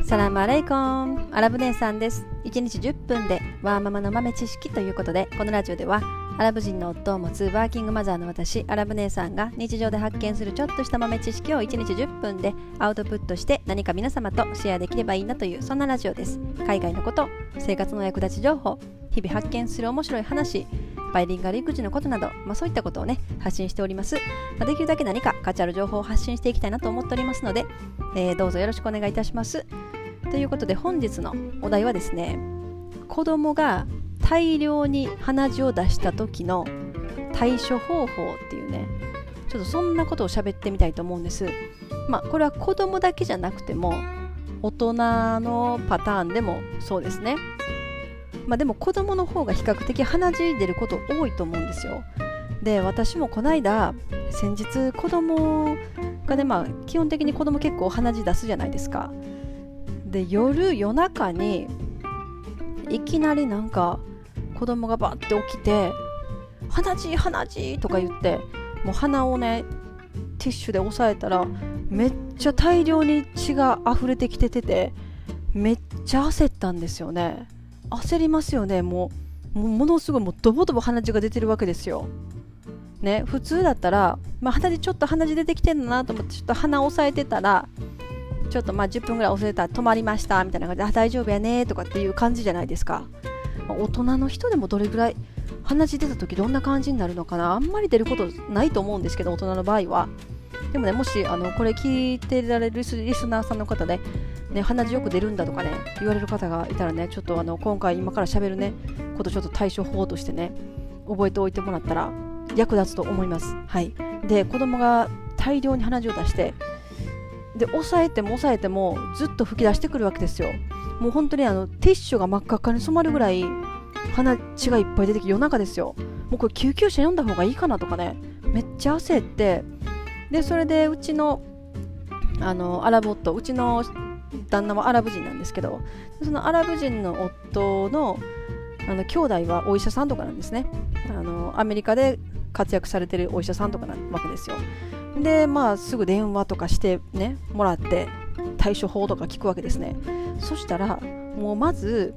サラムアレイコン、アラブ姉さんです。1日10分でワーママの豆知識ということで、このラジオではアラブ人の夫を持つワーキングマザーの私、アラブ姉さんが日常で発見するちょっとした豆知識を1日10分でアウトプットして何か皆様とシェアできればいいなという、そんなラジオです。海外のこと、生活の役立ち情報、日々発見する面白い話、バイリンガル育児のことなど、そういったことをね発信しております。できるだけ何か価値ある情報を発信していきたいなと思っておりますので、どうぞよろしくお願いいたします。ということで本日のお題はですね、子供が大量に鼻血を出した時の対処方法っていうね、ちょっとそんなことを喋ってみたいと思うんです。これは子供だけじゃなくても大人のパターンでもそうですね。でも子供の方が比較的鼻血出ること多いと思うんですよ。で、私もこの間先日子供がね、基本的に子供結構鼻血出すじゃないですか。で、夜中にいきなりなんか子供がバッて起きて鼻血とか言って、もう鼻をねティッシュで押さえたらめっちゃ大量に血が溢れてきてて、めっちゃ焦ったんですよね。焦りますよね。ものすごいもうドボドボ鼻血が出てるわけですよね。普通だったら、ちょっと鼻血出てきてるなと思ってちょっと鼻を押さえてたら、ちょっと10分ぐらい押さえたら止まりましたみたいな感じで、大丈夫やねとかっていう感じじゃないですか。大人の人でもどれぐらい鼻血出た時どんな感じになるのかな。あんまり出ることないと思うんですけど、大人の場合は。でもね、もしこれ聞いてられるリスナーさんの方で、鼻血よく出るんだとかね言われる方がいたらね、ちょっと今回今から喋るねことちょっと対処法としてね覚えておいてもらったら役立つと思います。はい。で、子供が大量に鼻血を出して、で抑えてもずっと吹き出してくるわけですよ。もう本当にティッシュが真っ赤っかに染まるぐらい鼻血がいっぱい出てきて、夜中ですよ。もうこれ救急車呼んだ方がいいかなとかね、めっちゃ焦って、でそれでうちのアラブ夫、うちの旦那はアラブ人なんですけど、そのアラブ人の夫の兄弟はお医者さんとかなんですね。アメリカで活躍されてるお医者さんとかなわけですよ。で、すぐ電話とかしてねもらって対処法とか聞くわけですね。そしたらもうまず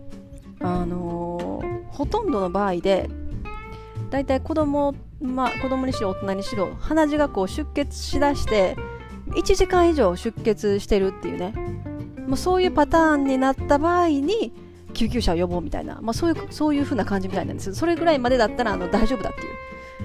ほとんどの場合でだいたい子供にしろ大人にしろ鼻血がこう出血しだして1時間以上出血してるっていうね、そういうパターンになった場合に救急車を呼ぼうみたいな、そういう風な感じみたいなんです。それぐらいまでだったら大丈夫だっていう、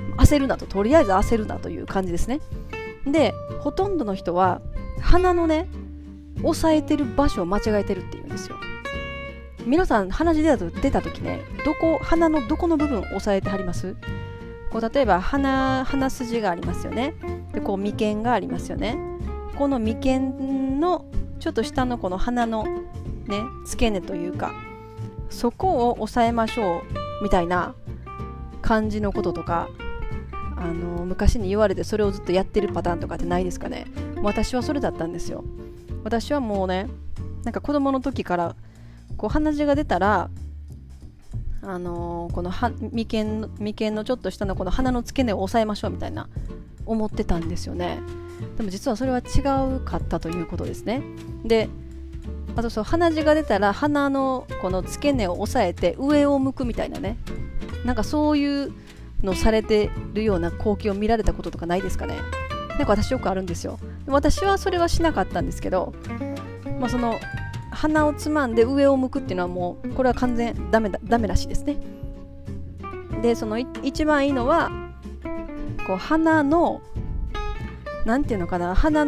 焦るなと、とりあえず焦るなという感じですね。で、ほとんどの人は鼻のね押さえてる場所を間違えてるっていうんですよ。皆さん鼻血出た時ね、鼻のどこの部分を押さえてはります？例えば鼻筋がありますよね。で眉間がありますよね。この眉間のちょっと下のこの鼻のね付け根というか、そこを押さえましょうみたいな感じのこととか、昔に言われてそれをずっとやってるパターンとかってないですかね。私はそれだったんですよ。私はもうね、なんか子供の時から鼻血が出たらこの眉間のちょっと下のこの鼻の付け根を押さえましょうみたいな思ってたんですよね。でも実はそれは違うかったということですね。で、あと鼻血が出たら鼻のこの付け根を押さえて上を向くみたいなね、なんかそういうのされてるような光景を見られたこととかないですかね。なんか私よくあるんですよ。私はそれはしなかったんですけど、その鼻をつまんで上を向くっていうのはもうこれは完全ダメらしいですね。で、その一番いいのは鼻のなんていうのかな、眉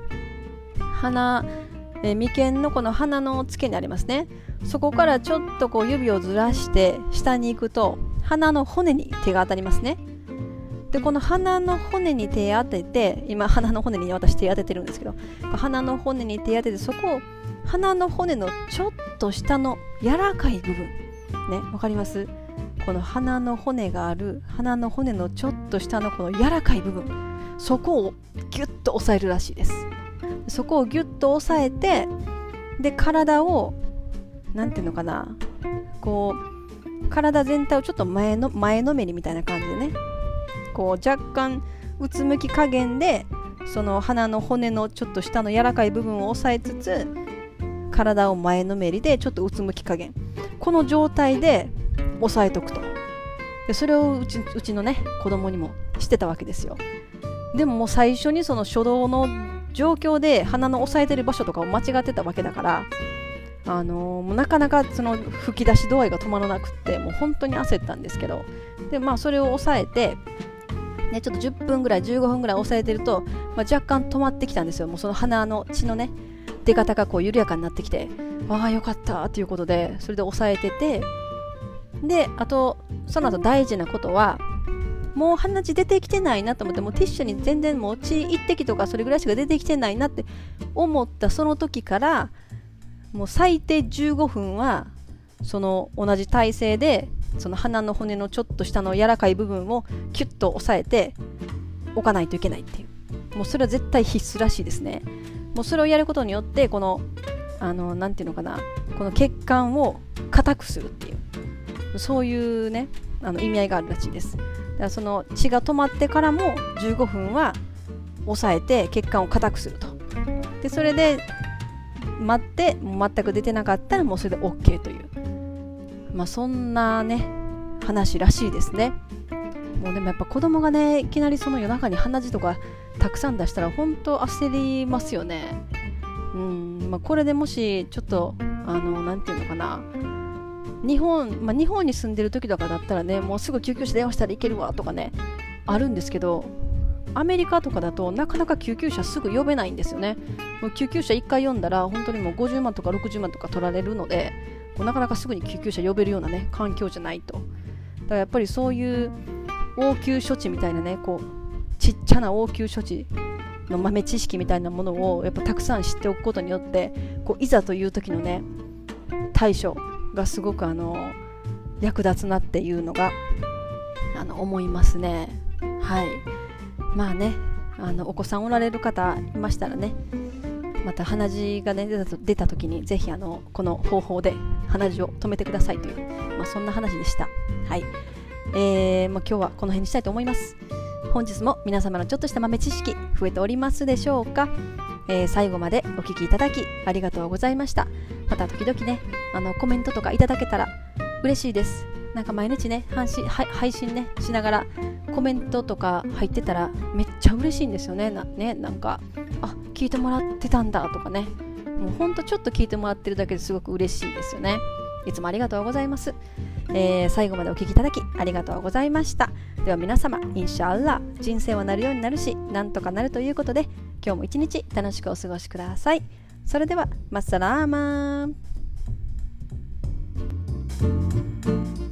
間のこの鼻の付け根ありますね。そこからちょっと指をずらして下に行くと鼻の骨に手が当たりますね。で、この鼻の骨に手当てて、今鼻の骨に私手当ててるんですけど、鼻の骨に手当てて、そこを鼻の骨のちょっと下の柔らかい部分ね、わかります？この鼻の骨がある鼻の骨のちょっと下のこの柔らかい部分、そこをギュッと押さえるらしいです。そこをギュッと押さえて、で体をなんていうのかな、体全体をちょっと前のめりみたいな感じでね、若干うつむき加減でその鼻の骨のちょっと下の柔らかい部分を押さえつつ体を前のめりでちょっとうつむき加減、この状態で押さえとくと。でそれをうちのね子供にもしてたわけですよ。でももう最初にその初動の状況で鼻の押さえてる場所とかを間違ってたわけだから、もうなかなかその吹き出し度合いが止まらなくって、もう本当に焦ったんですけど、でそれを抑えて、ね、ちょっと10分ぐらい15分ぐらい抑えてると、若干止まってきたんですよ。もうその鼻の血のね出方がこう緩やかになってきて、ああよかったということで、それで抑えてて、でその後大事なことは、もう鼻血出てきてないなと思って、もうティッシュに全然もう血1滴とかそれぐらいしか出てきてないなって思ったその時から、もう最低15分はその同じ体勢で、その鼻の骨のちょっと下の柔らかい部分をキュッと押さえておかないといけないっていう、もうそれは絶対必須らしいですね。もうそれをやることによって、このなんていうのかな、この血管を硬くするっていう、そういうね意味合いがあるらしいです。だからその血が止まってからも15分は抑えて血管を硬くすると。でそれで待って、もう全く出てなかったらもうそれで OK という、そんなね話らしいですね。もうでもやっぱ子供がねいきなりその夜中に鼻血とかたくさん出したら本当焦りますよね。これでもしちょっとなんていうのかな、日本に住んでる時とかだったらね、もうすぐ救急車電話したらいけるわとかねあるんですけど、アメリカとかだとなかなか救急車すぐ呼べないんですよね。もう救急車1回呼んだら本当にもう50万とか60万とか取られるので、なかなかすぐに救急車呼べるようなね環境じゃないと。だからやっぱりそういう応急処置みたいなね、こうちっちゃな応急処置の豆知識みたいなものをやっぱたくさん知っておくことによって、こういざという時のね対処がすごく役立つなっていうのが思いますね。はい。お子さんおられる方いましたらね、また鼻血がね出た時にぜひこの方法で鼻血を止めてくださいという、そんな話でした。はい。今日はこの辺にしたいと思います。本日も皆様のちょっとした豆知識増えておりますでしょうか。最後までお聞きいただきありがとうございました。また時々ねコメントとかいただけたら嬉しいです。なんか毎日ね配信ねしながらコメントとか入ってたらめっちゃ嬉しいんですよね。なんか聞いてもらってたんだとかね、もうほんとちょっと聞いてもらってるだけですごく嬉しいですよね。いつもありがとうございます。最後までお聞きいただきありがとうございました。では皆様、インシャアッラー、人生はなるようになるし、なんとかなるということで、今日も一日楽しくお過ごしください。それではマッサラーマー。